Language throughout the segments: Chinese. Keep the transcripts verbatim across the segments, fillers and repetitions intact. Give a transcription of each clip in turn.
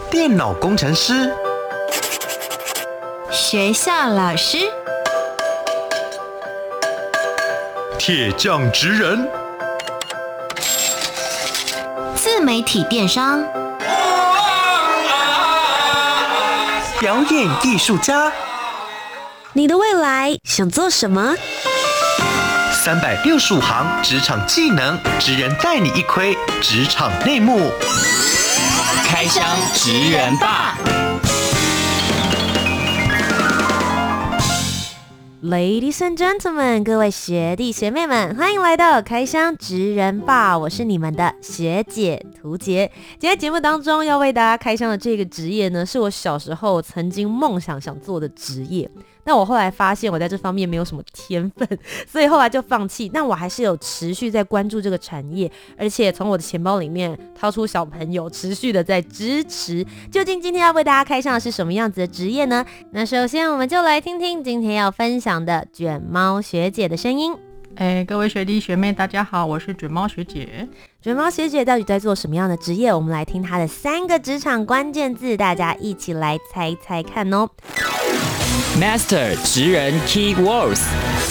电脑工程师、 学校老师、 铁匠职人、 自媒体电商、 表演艺术家。 你的未来想做什么？ 三百六十五行职场技能，职人带你一窥职场内幕。 开箱职人吧 Ladies and gentlemen， 各位学弟学妹们，欢迎来到开箱职人吧，我是你们的学姐涂洁。今天节目当中要为大家开箱的这个职业呢，是我小时候曾经梦想想做的职业，但我后来发现我在这方面没有什么天分，所以后来就放弃。但我还是有持续在关注这个产业，而且从我的钱包里面掏出小朋友，持续的在支持。究竟今天要为大家开箱的是什么样子的职业呢？那首先我们就来听听今天要分享的卷猫学姐的声音。 哎，各位学弟学妹大家好，我是卷猫学姐。 卷猫学姐到底在做什么样的职业？我们来听她的三个职场关键字，大家一起来猜猜看哦。 Master 职人 Key Words。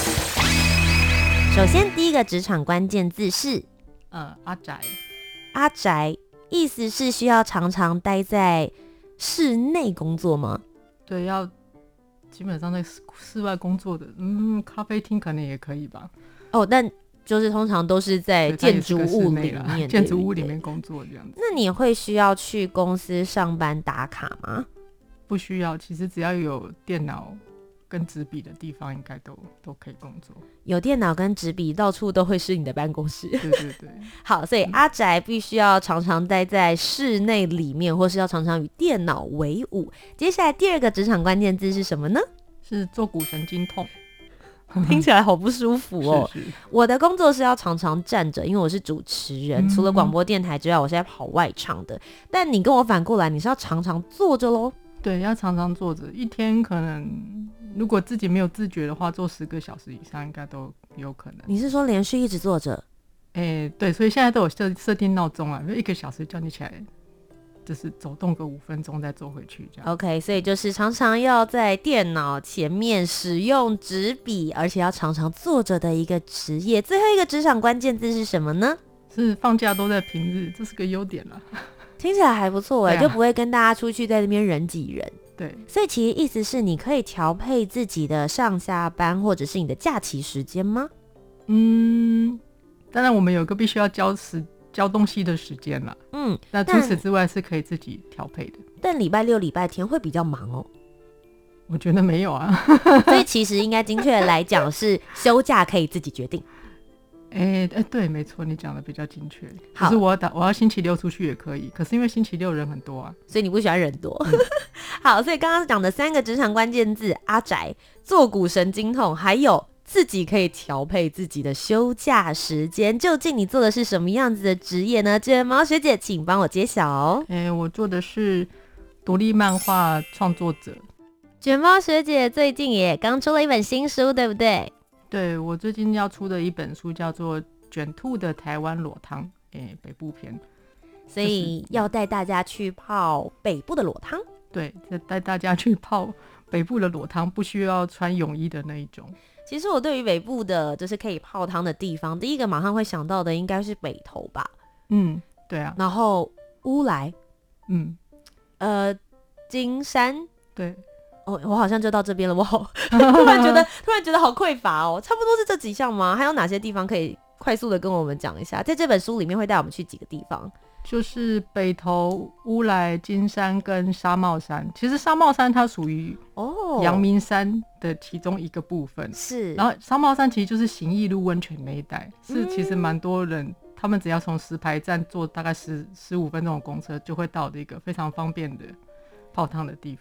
首先第一个职场关键字是呃，阿宅。 阿宅，意思是需要常常待在室内工作吗？ 对，要基本上在室外工作的，嗯，咖啡厅可能也可以吧。 哦，但就是通常都是在建筑物里面， 建筑物里面工作这样子。 那你会需要去公司上班打卡吗？ 不需要，其实只要有电脑跟纸笔的地方，应该都都可以工作。 有电脑跟纸笔，到处都会是你的办公室。 对对对。 好，所以阿宅必须要常常待在室内里面，或是要常常与电脑为伍。接下来第二个职场关键字是什么呢？ 是坐骨神经痛。 听起来好不舒服哦。 是是， 我的工作是要常常站着，因为我是主持人，嗯、除了广播电台之外，我是在跑外场的。但你跟我反过来，你是要常常坐着咯。 对，要常常坐着，一天可能如果自己没有自觉的话，坐十个小时以上应该都有可能。 你是说连续一直坐着？ 哎，对，所以现在都有设设定闹钟啊，就一个小时叫你起来，就是走动个五分钟再坐回去这样。 OK， 所以就是常常要在电脑前面使用纸笔，而且要常常坐着的一个职业。最后一个职场关键字是什么呢？ 是放假都在平日，这是个优点啦。 听起来还不错哎、欸啊，就不会跟大家出去在那边人挤人。 对， 所以其实意思是你可以调配自己的上下班或者是你的假期时间吗？ 嗯，当然我们有个必须要交时交东西的时间啦。嗯，那除此之外是可以自己调配的。 但礼拜六礼拜天会比较忙哦。 我觉得没有啊。 所以其实应该精确的来讲是休假可以自己决定。 哎、欸欸、对，没错，你讲的比较精确。可是我要打，我要星期六出去也可以，可是因为星期六人很多啊， 所以你不喜欢人多。嗯、好，所以刚刚讲的三个职场关键字：阿宅、坐骨神经痛，还有自己可以调配自己的休假时间。究竟你做的是什么样子的职业呢？卷毛学姐，请帮我揭晓哦。 哎、欸，我做的是独立漫画创作者。 卷毛学姐最近也刚出了一本新书，对不对？ 对，我最近要出的一本书叫做《卷兔的台湾裸汤》，欸，北部篇， 所以要带大家去泡北部的裸汤。 对，带大家去泡北部的裸汤，不需要穿泳衣的那一种。 其实我对于北部的就是可以泡汤的地方，第一个马上会想到的应该是北投吧。 嗯，对啊。 然后乌来， 嗯， 呃，金山， 对。 哦，我好像就到这边了，我好突然觉得突然觉得好匮乏哦。差不多是这几项吗？还有哪些地方可以快速的跟我们讲一下？在这本书里面会带我们去几个地方？ 就是北投、乌来、金山跟沙帽山。其实沙帽山它属于阳明山的其中一个部分， 是、哦。 然后沙帽山其实就是行义路温泉那一带，是其实蛮多人、嗯、他们只要从石牌站坐大概十十五分钟的公车就会到的一个非常方便的泡汤的地方。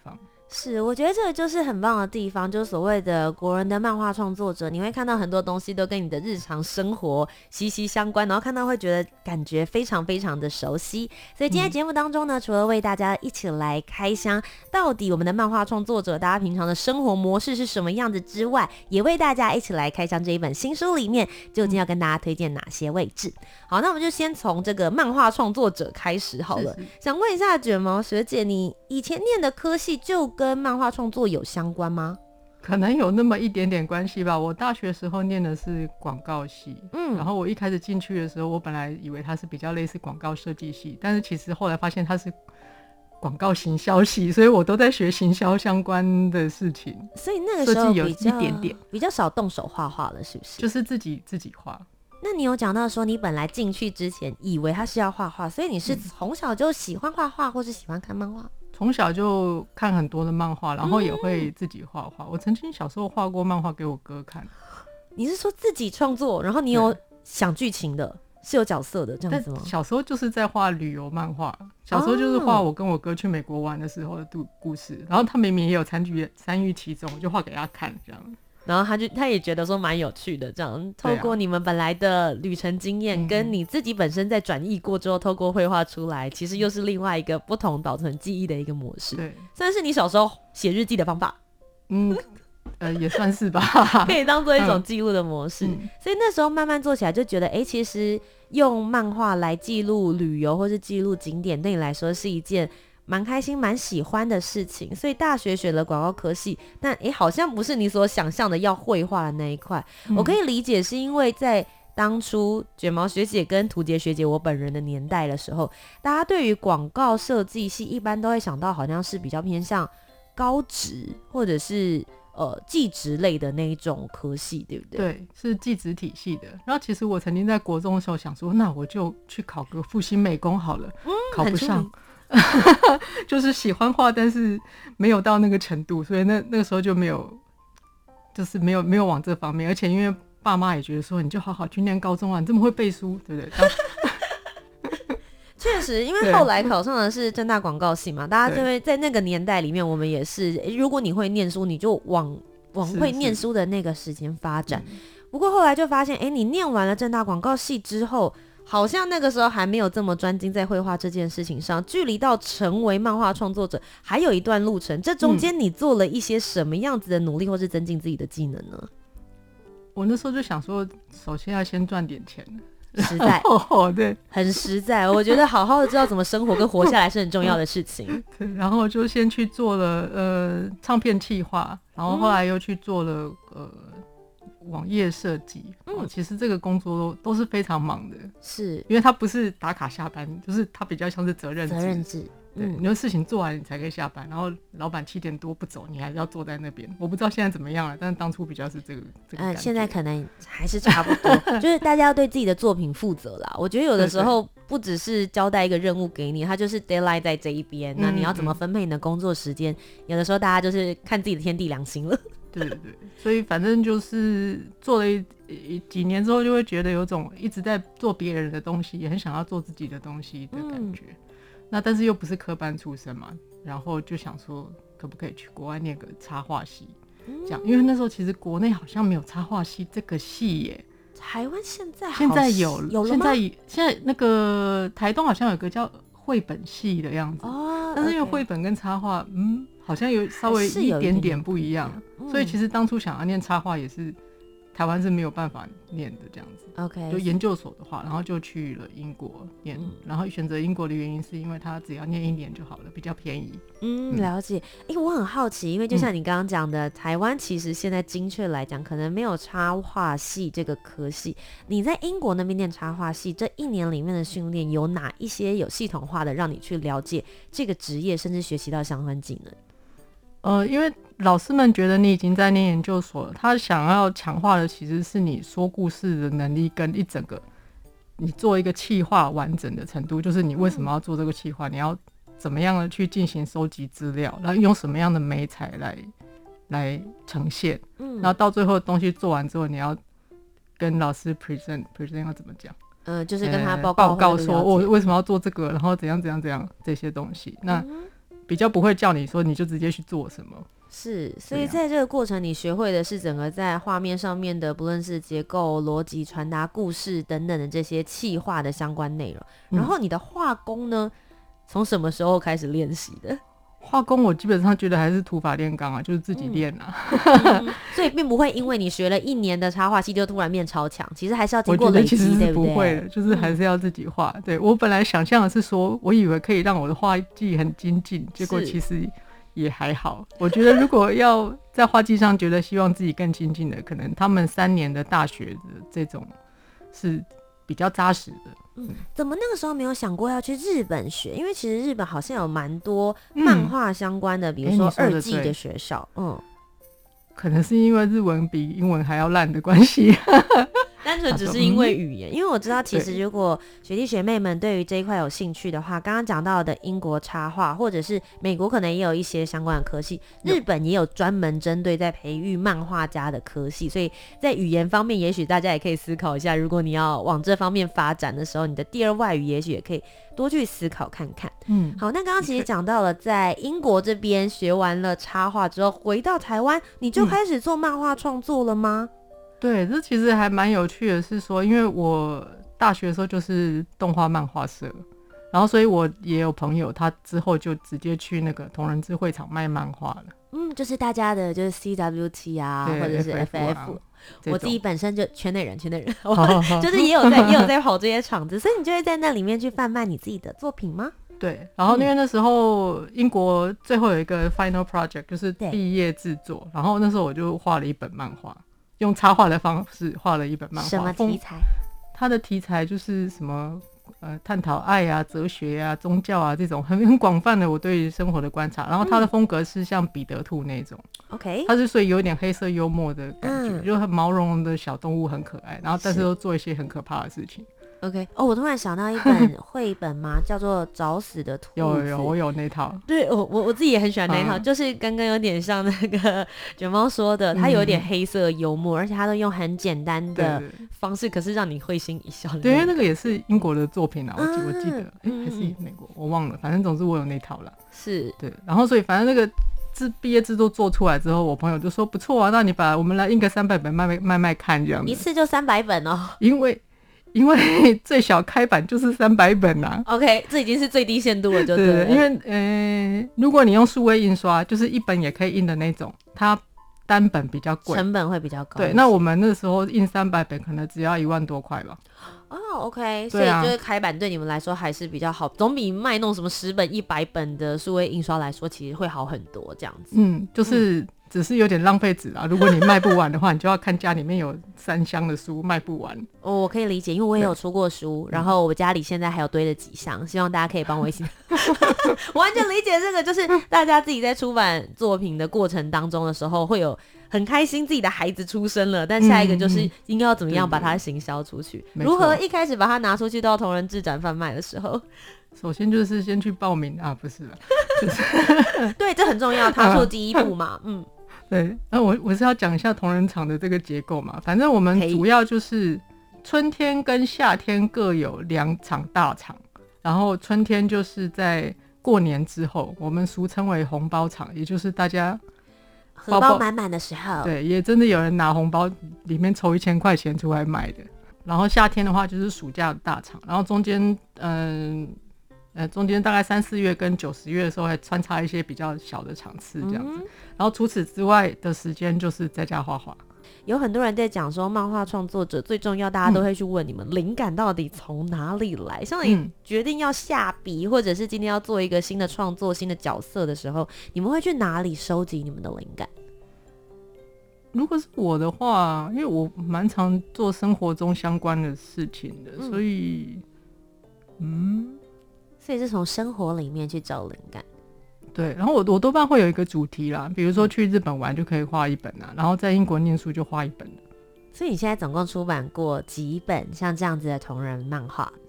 是，我觉得这个就是很棒的地方，就是所谓的国人的漫画创作者，你会看到很多东西都跟你的日常生活息息相关，然后看到会觉得感觉非常非常的熟悉。所以今天节目当中呢，嗯、除了为大家一起来开箱到底我们的漫画创作者大家平常的生活模式是什么样子之外，也为大家一起来开箱这一本新书里面究竟要跟大家推荐哪些位置。好，那我们就先从这个漫画创作者开始好了。是是，想问一下卷毛学姐，你以前念的科系就跟漫画创作有相关吗？ 可能有那么一点点关系吧。我大学时候念的是广告系，嗯，然后我一开始进去的时候，我本来以为它是比较类似广告设计系，但是其实后来发现它是广告行销系，所以我都在学行销相关的事情。 所以那个时候有一点点比较少动手画画了，是不是？ 就是自己自己画。 那你有讲到说你本来进去之前以为他是要画画，所以你是从小就喜欢画画，或是喜欢看漫画？ 从小就看很多的漫画，然后也会自己画画、嗯。我曾经小时候画过漫画给我哥看。 你是说自己创作，然后你有想剧情的，是有角色的这样子吗？ 小时候就是在画旅游漫画，小时候就是画我跟我哥去美国玩的时候的故事，然后他明明也有参与参与其中，我就画给他看这样。 然后他就他也觉得说蛮有趣的，这样透过你们本来的旅程经验、啊、跟你自己本身在转译过之后，透过绘画出来，其实又是另外一个不同保存记忆的一个模式。对，算是你小时候写日记的方法。 嗯，呃，也算是吧， 可以当做一种记录的模式、嗯。所以那时候慢慢做起来，就觉得，哎、欸，其实用漫画来记录旅游或是记录景点，对你来说是一件蛮开心蛮喜欢的事情。所以大学选了广告科系，但诶好像不是你所想象的要绘画的那一块、嗯、我可以理解是因为在当初卷毛学姐跟涂杰学姐我本人的年代的时候，大家对于广告设计系一般都会想到好像是比较偏向高职或者是呃技职类的那一种科系，对不对？ 对，是技职体系的。然后其实我曾经在国中的时候想说，那我就去考个复兴美工好了、嗯、考不上就是喜欢画，但是没有到那个程度，所以那那个时候就没有，就是没有没有往这方面。而且因为爸妈也觉得说，你就好好去念高中啊，你这么会背书，对不对？ 确实，因为后来考上的是政大广告系嘛，大家就会在那个年代里面，我们也是，如果你会念书，你就往往会念书的那个时间发展。是是，不过后来就发现，哎，你念完了政大广告系之后，好像那个时候还没有这么专精在绘画这件事情上，距离到成为漫画创作者还有一段路程。这中间你做了一些什么样子的努力，或是增进自己的技能呢？ 我那时候就想说，首先要先赚点钱， 实在， 哦，对， 很实在。我觉得好好的知道怎么生活跟活下来是很重要的事情。 对，然后就先去做了呃唱片企划，然后后来又去做了、嗯、呃。网页设计、嗯，其实这个工作 都, 都是非常忙的， 是因为它不是打卡下班，就是它比较像是责任制。责任制，对， 嗯、 你的事情做完你才可以下班，然后老板七点多不走，你还是要坐在那边。我不知道现在怎么样了，但是当初比较是这个这个感觉。 呃，现在可能还是差不多，就是大家要对自己的作品负责啦。我觉得有的时候不只是交代一个任务给你，它就是 deadline 在这一边，那你要怎么分配你的工作时间、嗯嗯？有的时候大家就是看自己的天地良心了。 对对对，所以反正就是做了一一几年之后，就会觉得有种一直在做别人的东西，也很想要做自己的东西的感觉、嗯、那但是又不是科班出身嘛，然后就想说可不可以去国外念个插画系、嗯、这样，因为那时候其实国内好像没有插画系这个系耶。 台湾现在好现在有有了吗？ 现在现在那个台东好像有个叫绘本系的样子、哦、但是因为绘本跟插画嗯好像有稍微一点点不一样，嗯、所以其实当初想要念插画也是台湾是没有办法念的这样子。 OK， 就研究所的话，然后就去了英国念、嗯，然后选择英国的原因是因为它只要念一年就好了，比较便宜。 嗯，了解。哎、欸，我很好奇，因为就像你刚刚讲的、嗯，台湾其实现在精确来讲，可能没有插画系这个科系。你在英国那边念插画系，这一年里面的训练有哪一些有系统化的，让你去了解这个职业，甚至学习到相关技能？ 呃，因为老师们觉得你已经在念研究所了，他想要强化的其实是你说故事的能力跟一整个你做一个企划完整的程度，就是你为什么要做这个企划、嗯、你要怎么样的去进行收集资料，然后用什么样的媒材来来呈现、嗯、然后到最后的东西做完之后，你要跟老师 present present 要怎么讲， 呃，就是跟他报告、 呃、报告说我为什么要做这个，然后怎样怎样怎样这些东西。那、嗯比较不会叫你说你就直接去做什么。 是，所以在这个过程你学会的是整个在画面上面的不论是结构、逻辑、传达故事等等的这些企划的相关内容。然后你的画功呢，从什么时候开始练习的？ 画功我基本上觉得还是土法炼钢啊，就是自己练啊、 嗯嗯、所以并不会因为你学了一年的插画系就突然变超强，其实还是要经过累积， 我觉得其实是不对不会的， 对？ 就是还是要自己画、嗯、对，我本来想象的是说我以为可以让我的画技很精进，结果其实也还好。我觉得如果要在画技上觉得希望自己更精进的，可能他们三年的大学的这种是比较扎实的。 嗯，怎么那个时候没有想过要去日本学？因为其实日本好像有蛮多漫画相关的、嗯、比如说二技的学校。嗯， 可能是因为日文比英文还要烂的关系。 单纯只是因为语言，因为我知道其实如果学弟学妹们对于这一块有兴趣的话，刚刚讲到的英国插画或者是美国可能也有一些相关的科系，日本也有专门针对在培育漫画家的科系，所以在语言方面也许大家也可以思考一下，如果你要往这方面发展的时候，你的第二外语也许也可以多去思考看看。嗯，好，那刚刚其实讲到了在英国这边学完了插画之后回到台湾，你就开始做漫画创作了吗？嗯， 对，这其实还蛮有趣的，是说因为我大学的时候就是动画漫画社，然后所以我也有朋友他之后就直接去那个同人志会场卖漫画了。 嗯，就是大家的就是 C W T 啊或者是 F F、啊、我自己本身就圈内人圈内人就是也有在也有在跑这些场子，所以你就会在那里面去贩卖你自己的作品吗？ 对，然后因为那时候英国最后有一个 final project 就是毕业制作，然后那时候我就画了一本漫画，用插画的方式画了一本漫画。 什么题材？ 它的题材就是什么呃，探讨爱啊、哲学啊、宗教啊这种很很广泛的我对于生活的观察。然后它的风格是像彼得兔那种、嗯、OK， 它是所以有点黑色幽默的感觉、嗯、就很毛茸茸的小动物很可爱，然后但是都做一些很可怕的事情。 OK， 哦，我突然想到一本绘本嘛，叫做《找死的兔子》。 有有，我有那套。对， 我我我自己也很喜欢那套，嗯、就是刚刚有点像那个卷毛说的，它有点黑色幽默，嗯、而且它都用很简单的方式，可是让你会心一笑的。 对，因为那个也是英国的作品啊，我记、嗯、我记得，哎、欸，还是美国，我忘了，反正总之我有那套啦。 是， 对，然后所以反正那个制毕业制作做出来之后，我朋友就说不错啊，那你把我们来印个三百本卖卖卖卖看这样子。 一次就三百本哦。 因为。因为最小开版就是三百本啊 OK， 这已经是最低限度了就对了。 对，因为呃，如果你用数位印刷，就是一本也可以印的那种，它单本比较贵， 成本会比较高。 对，那我们那时候印三百本可能只要一万多块吧。 哦、oh, OK， 所以就是开版对你们来说还是比较好，总比卖弄什么十本一百本的数位印刷来说其实会好很多这样子。 嗯，就是只是有点浪费纸啦，如果你卖不完的话你就要看家里面有三箱的书卖不完。 哦，我可以理解，因为我也有出过书，然后我家里现在还有堆了几箱，希望大家可以帮我一起我完全理解这个，就是大家自己在出版作品的过程当中的时候会有很开心自己的孩子出生了，但下一个就是应该要怎么样把它行销出去、嗯、如何一开始把它拿出去到同人志展贩卖的时候， 首先就是先去报名啊，不是啦就是、 对，这很重要，踏出第一步嘛。嗯， 对，那我我是要讲一下同人场的这个结构嘛，反正我们主要就是春天跟夏天各有两场大场，然后春天就是在过年之后，我们俗称为红包场，也就是大家荷包满满的时候， 对，也真的有人拿红包里面抽一千块钱出来买的。然后夏天的话就是暑假的大场，然后中间嗯呃中间大概三四月跟九十月的时候还穿插一些比较小的场次这样子、嗯、然后除此之外的时间就是在家画画。 有很多人在讲说漫画创作者最重要，大家都会去问你们灵感到底从哪里来、嗯、像你决定要下笔或者是今天要做一个新的创作新的角色的时候，你们会去哪里收集你们的灵感？ 如果是我的话，因为我蛮常做生活中相关的事情的、嗯、所以嗯所以是从生活里面去找灵感。 对，然后我我多半会有一个主题啦，比如说去日本玩就可以画一本啊，然后在英国念书就画一本。 所以你现在总共出版过几本像这样子的同人漫画？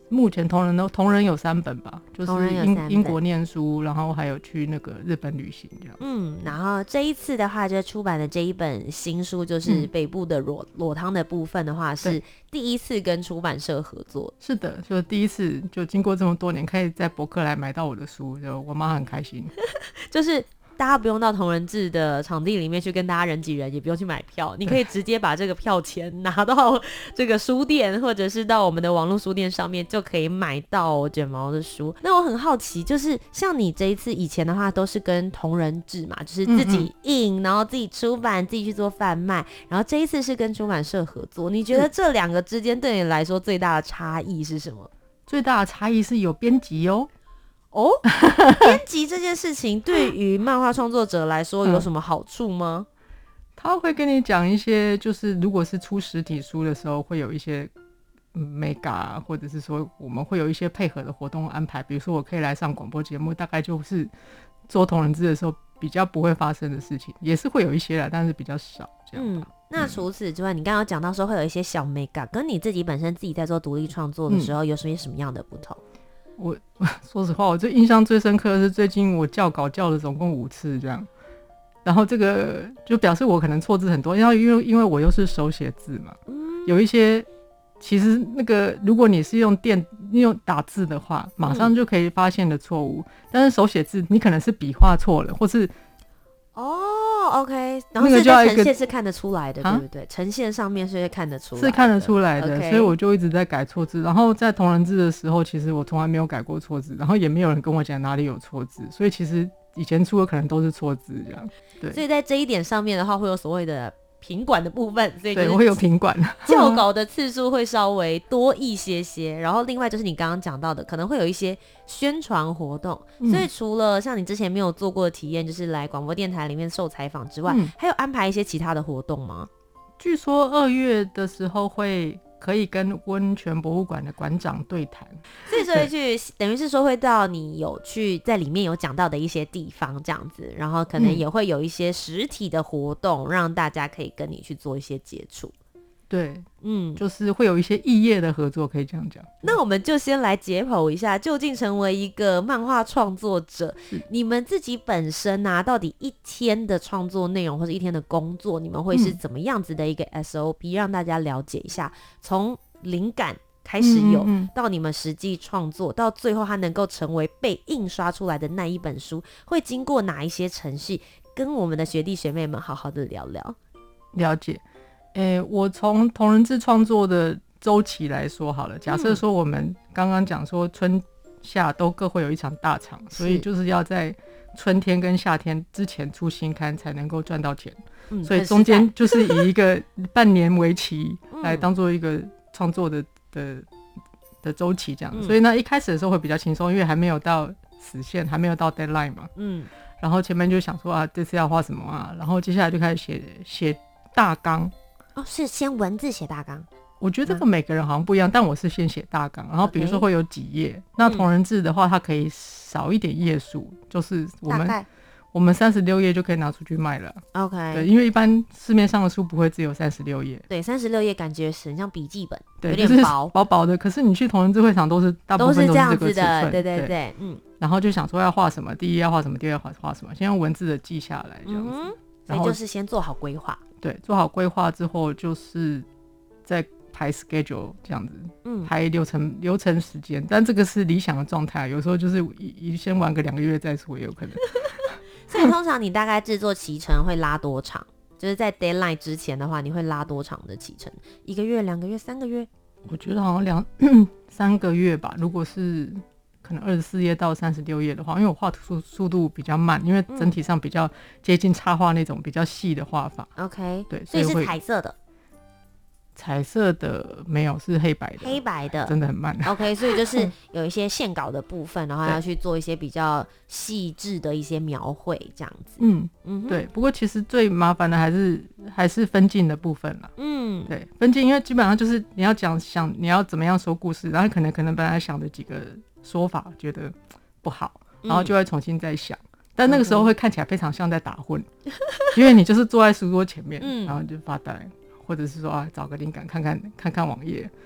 目前同人都同人有三本吧，就是英同人有三本英国念书，然后还有去那个日本旅行这样。 嗯，然后这一次的话，就出版的这一本新书，就是嗯北部的裸裸汤的部分的话，是对第一次跟出版社合作。 是的，就第一次就经过这么多年，可以在博客来买到我的书，就我妈很开心。 就是大家不用到同人志的场地里面去跟大家人挤人，也不用去买票，你可以直接把这个票钱拿到这个书店，或者是到我们的网络书店上面，就可以买到卷毛的书。那我很好奇，就是像你这一次以前的话，都是跟同人志嘛，就是自己印，然后自己出版，自己去做贩卖，然后这一次是跟出版社合作，你觉得这两个之间对你来说最大的差异是什么？ 最大的差异是有编辑哦。 哦，编辑这件事情对于漫画创作者来说有什么好处吗？ 他会跟你讲一些，就是如果是出实体书的时候，会有一些嗯 mega 啊，或者是说我们会有一些配合的活动安排，比如说我可以来上广播节目，大概就是做同人志的时候比较不会发生的事情，也是会有一些啦，但是比较少这样。 嗯，那除此之外，你刚刚有讲到说会有一些小 mega， 跟你自己本身自己在做独立创作的时候，有什么什么样的不同？ 我说实话，我最印象最深刻的是最近我校稿校了总共五次这样，然后这个就表示我可能错字很多，因为因为因为我又是手写字嘛，有一些其实那个如果你是用电用打字的话，马上就可以发现的错误，嗯、但是手写字你可能是笔画错了，或是哦 ，OK， 然后那个是就要一个在呈现是看得出来的，对不对？呈现上面是看得出来的， 是看得出来的， OK 所以我就一直在改错字。然后在同人志的时候，其实我从来没有改过错字，然后也没有人跟我讲哪里有错字，所以其实以前出的可能都是错字这样。对， 所以在这一点上面的话，会有所谓的品管的部分，所以就是对我会有品管， 校稿的次数会稍微多一些些，然后另外就是你刚刚讲到的，可能会有一些宣传活动， 嗯、 所以除了像你之前没有做过的体验，就是来广播电台里面受采访之外， 嗯、 还有安排一些其他的活动吗？ 据说二月的时候会可以跟温泉博物馆的馆长对谈， 所以说会去等于是说会到你有去在里面有讲到的一些地方这样子，然后可能也会有一些实体的活动，嗯、让大家可以跟你去做一些接触。 对， 嗯， 就是会有一些异业的合作，可以这样讲。 那我们就先来解剖一下，究竟成为一个漫画创作者，你们自己本身啊，到底一天的创作内容或者一天的工作，你们会是怎么样子的一个 S O P，嗯、让大家了解一下，从灵感开始有，嗯嗯到你们实际创作，到最后它能够成为被印刷出来的那一本书，会经过哪一些程序？跟我们的学弟学妹们好好的聊聊。 了解。欸、我从同人志创作的周期来说好了，假设说我们刚刚讲说春夏都各会有一场大场，所以就是要在春天跟夏天之前出新刊才能够赚到钱，嗯、所以中间就是以一个半年为期来当做一个创作的的的周期这样，嗯、所以呢一开始的时候会比较轻松，因为还没有到死线，还没有到 deadline 嘛，嗯，然后前面就想说啊这次要画什么啊，然后接下来就开始写写大纲。 哦，是先文字写大纲。 我觉得这个每个人好像不一样，嗯、但我是先写大纲，然后比如说会有几页。Okay. 那同人志的话，它可以少一点页数，嗯、就是我们我们三十六页就可以拿出去卖了。 OK， 对，因为一般市面上的书不会只有三十六页。 对，三十六页感觉很像笔记本， 对， 有点薄， 就是、薄薄的。可是你去同人志会场都是大部分都是这个尺寸， 都是这样子的，对对对, 对，嗯。 然后就想说要画什么，第一页要画什么，第二页要画什么，先用文字的记下来这样子。嗯、 所以就是先做好规划。 对，做好规划之后就是再排 schedule 这样子，嗯，排流程流程时间，但这个是理想的状态，有时候就是一先玩个两个月再说也有可能。 所以通常你大概制作期程会拉多长？就是在 deadline 之前的话，你会拉多长的期程？一个月、两个月、三个月？ 我觉得好像两三个月吧。如果是可能二十四页到三十六页的话，因为我画速速度比较慢，因为整体上比较接近插画那种比较细的画法。 OK， 对， 所以是彩色的。 彩色的没有，是黑白的。 黑白的真的很慢。 OK， 所以就是有一些线稿的部分，然后要去做一些比较细致的一些描绘，这样子。 嗯嗯，对。不过其实最麻烦的还是还是分镜的部分啦。嗯，对，分镜因为基本上就是你要讲想你要怎么样说故事，然后可能可能本来想的几个说法觉得不好，然后就会重新再想。嗯，但那个时候会看起来非常像在打混，因为你就是坐在书桌前面，嗯、然后就发呆。或者是说啊，找个灵感看看看看网页，然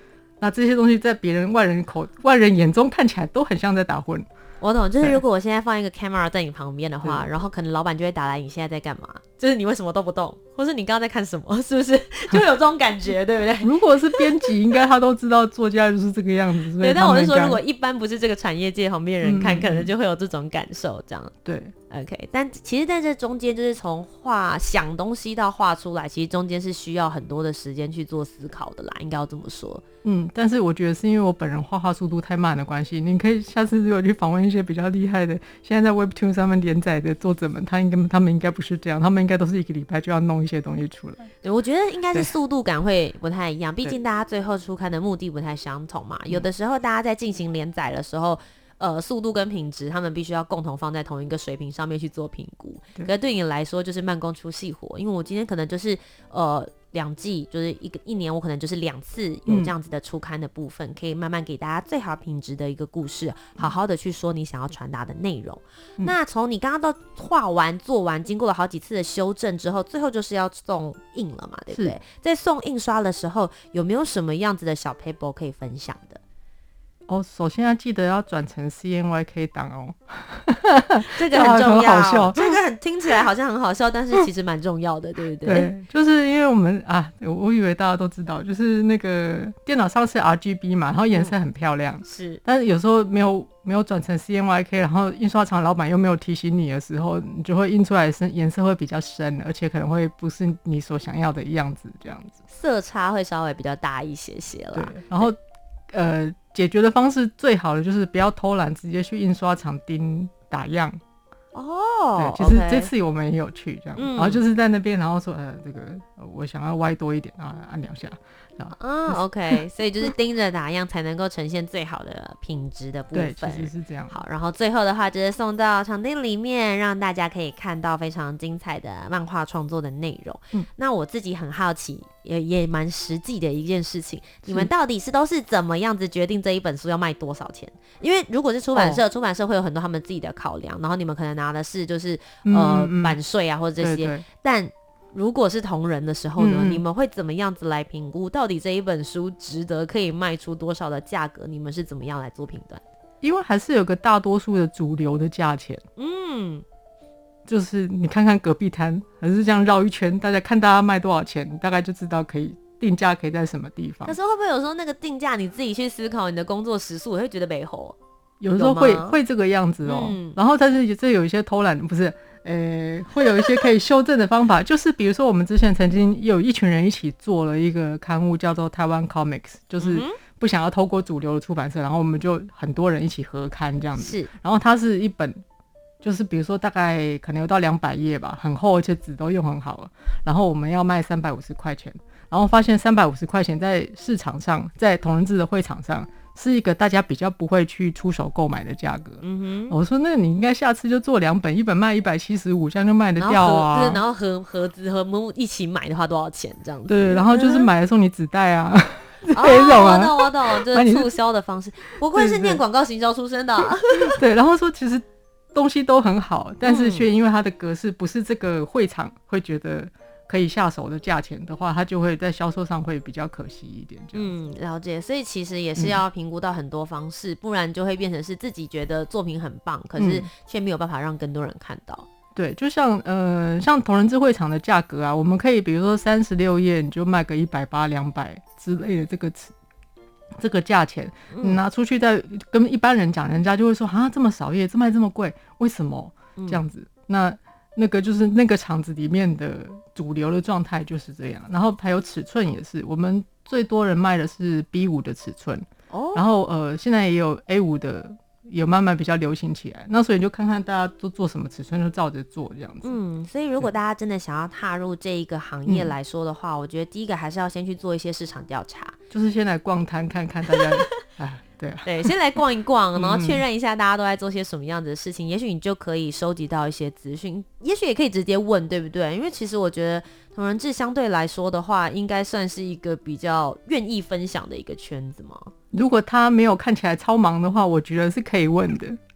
那这些东西在别人外人口外人眼中看起来都很像在打混。 我懂，就是如果我现在放一个 camera 在你旁边的话，然后可能老板就会打来，你现在在干嘛？就是你为什么都不动，或是你刚刚在看什么，是不是？就会有这种感觉，对不对？ 如果是编辑，应该他都知道作家就是这个样子。 对，但我是说，如果一般不是这个产业界旁边人看， 嗯、 可能就会有这种感受，这样。 对 ，OK。但其实在这中间，就是从画想东西到画出来，其实中间是需要很多的时间去做思考的啦，应该要这么说。 嗯，但是我觉得是因为我本人画画速度太慢的关系，你可以下次如果去访问一些比较厉害的，现在在 Webtoon 上面连载的作者们，他应该他们应该不是这样，他们应该都是一个礼拜就要弄一些东西出来。 对，我觉得应该是速度感会不太一样，毕竟大家最后出刊的目的不太相同嘛。有的时候大家在进行连载的时候，呃，速度跟品质，他们必须要共同放在同一个水平上面去做评估。可是对你来说，就是慢工出细活，因为我今天可能就是呃。两季就是一个一年，我可能就是两次有这样子的出刊的部分，嗯、可以慢慢给大家最好品质的一个故事，好好的去说你想要传达的内容。嗯、那从你刚刚到画完做完，经过了好几次的修正之后，最后就是要送印了嘛，对不对？在送印刷的时候，有没有什么样子的小 paper 可以分享的？ 哦，首先要记得要转成 C N Y K 档哦， 这个很重要， 很好笑， 这个很听起来好像很好笑，但是其实蛮重要的，对不对？ 对，就是因为我们啊，我以为大家都知道，就是那个电脑上是 R G B 嘛，然后颜色很漂亮，嗯、 是， 但是有时候没有没有转成 C N Y K， 然后印刷厂老板又没有提醒你的时候，你就会印出来的颜色会比较深，而且可能会不是你所想要的样子，这样子， 色差会稍微比较大一些些啦。 对，然后呃。解决的方式最好的就是不要偷懒，直接去印刷厂钉打样。 哦， 对，其实 okay 这次我们也有去这样，嗯、然后就是在那边，然后说呃，这个我想要歪多一点啊，按两下。 嗯 ，OK， 所以就是盯着打样才能够呈现最好的品质的部分。 对，其实是这样。 好，然后最后的话就是送到场地里面，让大家可以看到非常精彩的漫画创作的内容。嗯，那我自己很好奇，也也蛮实际的一件事情，你们到底是都是怎么样子决定这一本书要卖多少钱？因为如果是出版社，哦、出版社会有很多他们自己的考量，然后你们可能拿的是就是呃、嗯嗯、版税啊或者这些，对对，但如果是同人的时候呢，嗯嗯你们会怎么样子来评估到底这一本书值得可以卖出多少的价格？你们是怎么样来做评断？ 因为还是有个大多数的主流的价钱，嗯，就是你看看隔壁摊，还是这样绕一圈，大家看大家卖多少钱，你大概就知道可以定价可以在什么地方。 可是会不会有时候那个定价你自己去思考你的工作时数，我会觉得没吼？ 有时候会会这个样子哦，嗯、然后但是这有一些偷懒，不是。呃，会有一些可以修正的方法，就是比如说我们之前曾经有一群人一起做了一个刊物，叫做台湾 Comics， 就是不想要透过主流的出版社，然后我们就很多人一起合刊这样子。是，然后它是一本，就是比如说大概可能有到两百页吧，很厚，而且纸都用很好了。然后我们要卖三百五十块钱，然后发现三百五十块钱在市场上，在同人志的会场上。是一个大家比较不会去出手购买的价格。嗯哼，我说那你应该下次就做两本，一本卖一百七十五，这样就卖得掉啊。 然后 盒, 然后盒盒子和木一起买的话多少钱这样子？ 对，然后就是买的送你纸袋啊， 这种啊。哦，我懂我懂，就是促销的方式。不愧是念广告行销出身的、啊。 对，然后说其实东西都很好，但是却因为它的格式不是这个会场会觉得。可以下手的价钱的话，它就会在销售上会比较可惜一点这样子。 嗯，了解。所以其实也是要评估到很多方式、嗯、不然就会变成是自己觉得作品很棒，可是却没有办法让更多人看到。嗯、 对，就像呃像同人志会场的价格啊，我们可以比如说三十六页你就卖个一百八两百之类的这个这个价钱，你拿出去再跟一般人讲，人家就会说啊这么少页这卖这么贵为什么这样子、嗯、那那个就是那个场子里面的主流的状态就是这样，然后还有尺寸也是，我们最多人卖的是 B 五 的尺寸、哦、然后呃现在也有 A 五 的有慢慢比较流行起来，那所以就看看大家都做什么尺寸就照着做这样子。 嗯，所以如果大家真的想要踏入这一个行业来说的话、嗯、我觉得第一个还是要先去做一些市场调查， 就是先来逛摊看看大家哎对啊， 对，先来逛一逛，然后确认一下大家都在做些什么样子的事情，也许你就可以收集到一些资讯，也许也可以直接问，对不对？因为其实我觉得同人志相对来说的话，应该算是一个比较愿意分享的一个圈子嘛。 如果他没有看起来超忙的话，我觉得是可以问的，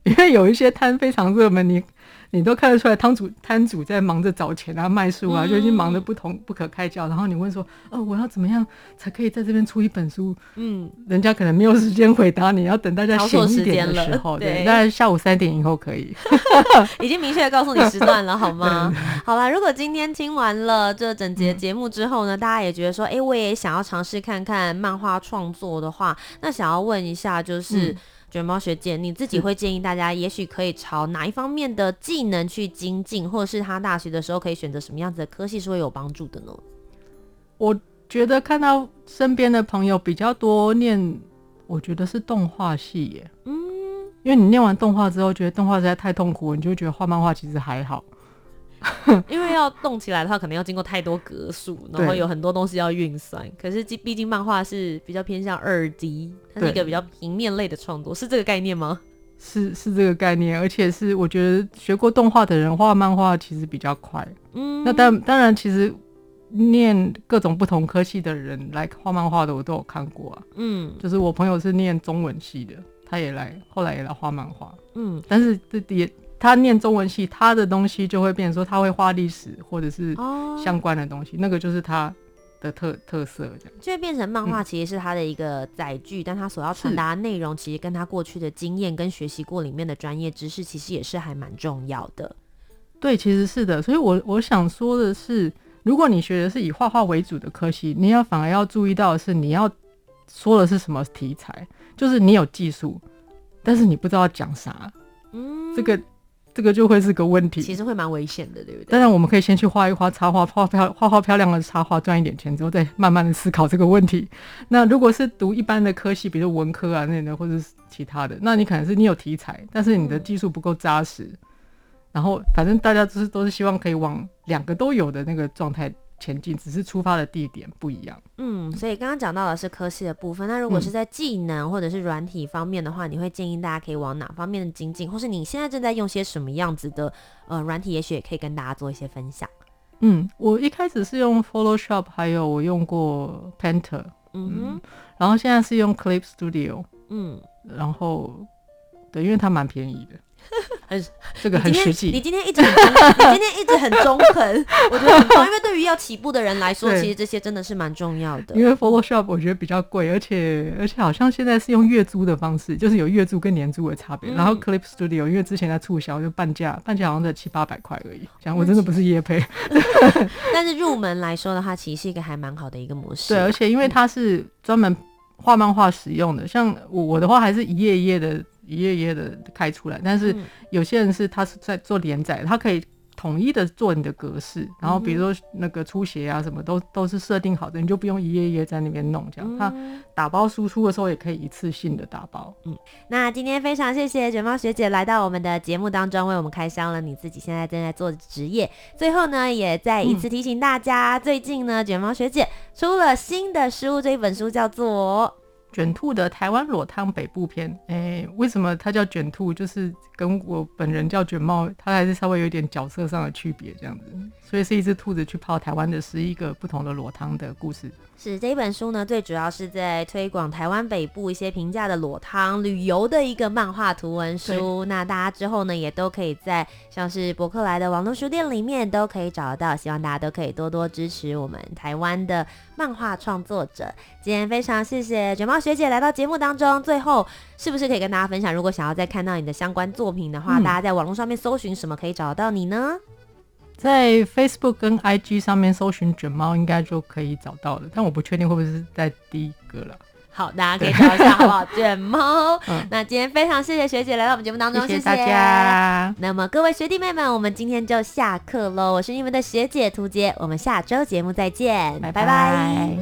因为有一些摊非常热门，你你都看得出来摊主摊主在忙着找钱啊卖书啊、嗯、就已经忙得不同不可开交，然后你问说哦我要怎么样才可以在这边出一本书，嗯，人家可能没有时间回答你，要等大家闲一点的时候，对，大概下午三点以后可以已经明确的告诉你时段了好吗？好啦，如果今天听完了这整节节目之后呢、嗯、大家也觉得说哎我也想要尝试看看漫画创作的话，那想要问一下就是、嗯卷毛学姐，你自己会建议大家也许可以朝哪一方面的技能去精进，或者是他大学的时候可以选择什么样子的科系是会有帮助的呢？ 我觉得看到身边的朋友比较多念，我觉得是动画系耶，嗯，因为你念完动画之后觉得动画实在太痛苦，你就会觉得画漫画其实还好因为要动起来的话可能要经过太多格数，然后有很多东西要运算，可是毕竟漫画是比较偏向 二 D， 它是一个比较平面类的创作，是这个概念吗？ 是是这个概念，而且是我觉得学过动画的人画漫画其实比较快，嗯，那当当然其实念各种不同科系的人来画漫画的我都有看过啊，嗯，就是我朋友是念中文系的，他也来后来也来画漫画，嗯，但是这也他念中文系，他的东西就会变成说他会画历史或者是相关的东西、哦、那个就是他的特特色，这样就会变成漫画其实是他的一个载具、嗯、但他所要传达的内容其实跟他过去的经验跟学习过里面的专业知识其实也是还蛮重要的。 对，其实是的，所以我我想说的是，如果你学的是以画画为主的科系，你要反而要注意到的是你要说的是什么题材，就是你有技术但是你不知道讲啥，嗯，这个这个就会是个问题， 其实会蛮危险的，对不对？ 当然我们可以先去画一画插画，画漂画画漂亮的插画赚一点钱之后再慢慢的思考这个问题。那如果是读一般的科系比如文科啊那种或者是其他的，那你可能是你有题材但是你的技术不够扎实、嗯、然后反正大家都是都是希望可以往两个都有的那个状态前进，只是出发的地点不一样。 嗯，所以刚刚讲到的是科系的部分，那如果是在技能或者是软体方面的话、嗯、你会建议大家可以往哪方面的精进，或是你现在正在用些什么样子的呃软体，也许也可以跟大家做一些分享。 嗯，我一开始是用 Photoshop， 还有我用过 Painter， 嗯哼、嗯，然后现在是用 Clip Studio， 嗯，然后对，因为它蛮便宜的。 很这个很实际， 你今天一直很你今天一直很中肯我觉得很棒，因为对于要起步的人来说其实这些真的是蛮重要的。 因为 Photoshop 我觉得比较贵，而且而且好像现在是用月租的方式，就是有月租跟年租的差别、嗯、然后 Clip Studio 因为之前在促销就半价，半价好像在七八百块而已，讲我真的不是业配但是入门来说的话其实是一个还蛮好的一个模式。 对，而且因为它是专门画漫画使用的，像我我的话还是一页一页的一页一页的开出来，但是有些人是他是在做连载，他可以统一的做你的格式，然后比如说那个出血啊什么都都是设定好的，你就不用一页一页在那边弄，这样他打包输出的时候也可以一次性的打包。 嗯，那今天非常谢谢卷毛学姐来到我们的节目当中，为我们开箱了你自己现在正在做的职业。最后呢也再一次提醒大家、嗯、最近呢卷毛学姐出了新的书，这一本书叫做卷兔的台湾裸汤北部篇。诶，为什么它叫卷兔，就是跟我本人叫卷毛它还是稍微有点角色上的区别这样子，所以是一只兔子去泡台湾的十一个不同的裸汤的故事。 是，这一本书呢最主要是在推广台湾北部一些平价的裸汤旅游的一个漫画图文书，那大家之后呢也都可以在像是博客来的网络书店里面都可以找得到，希望大家都可以多多支持我们台湾的漫画创作者。今天非常谢谢卷毛学姐来到节目当中，最后是不是可以跟大家分享，如果想要再看到你的相关作品的话、嗯、大家在网络上面搜寻什么可以找得到你呢？ 在 Facebook 跟 I G 上面搜寻卷猫应该就可以找到了，但我不确定会不会是在第一个了。 好，大家可以找一下好不好？卷猫、嗯、那今天非常谢谢学姐来到我们节目当中， 谢谢大家。 那么各位学弟妹们，我们今天就下课咯，我是你们的学姐涂洁，我们下周节目再见，拜拜拜。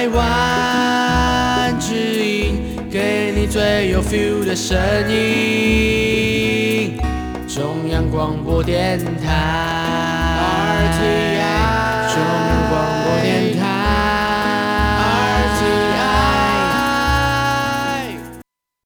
台湾之音，给你最有 feel 的声音。中央广播电台 R T I。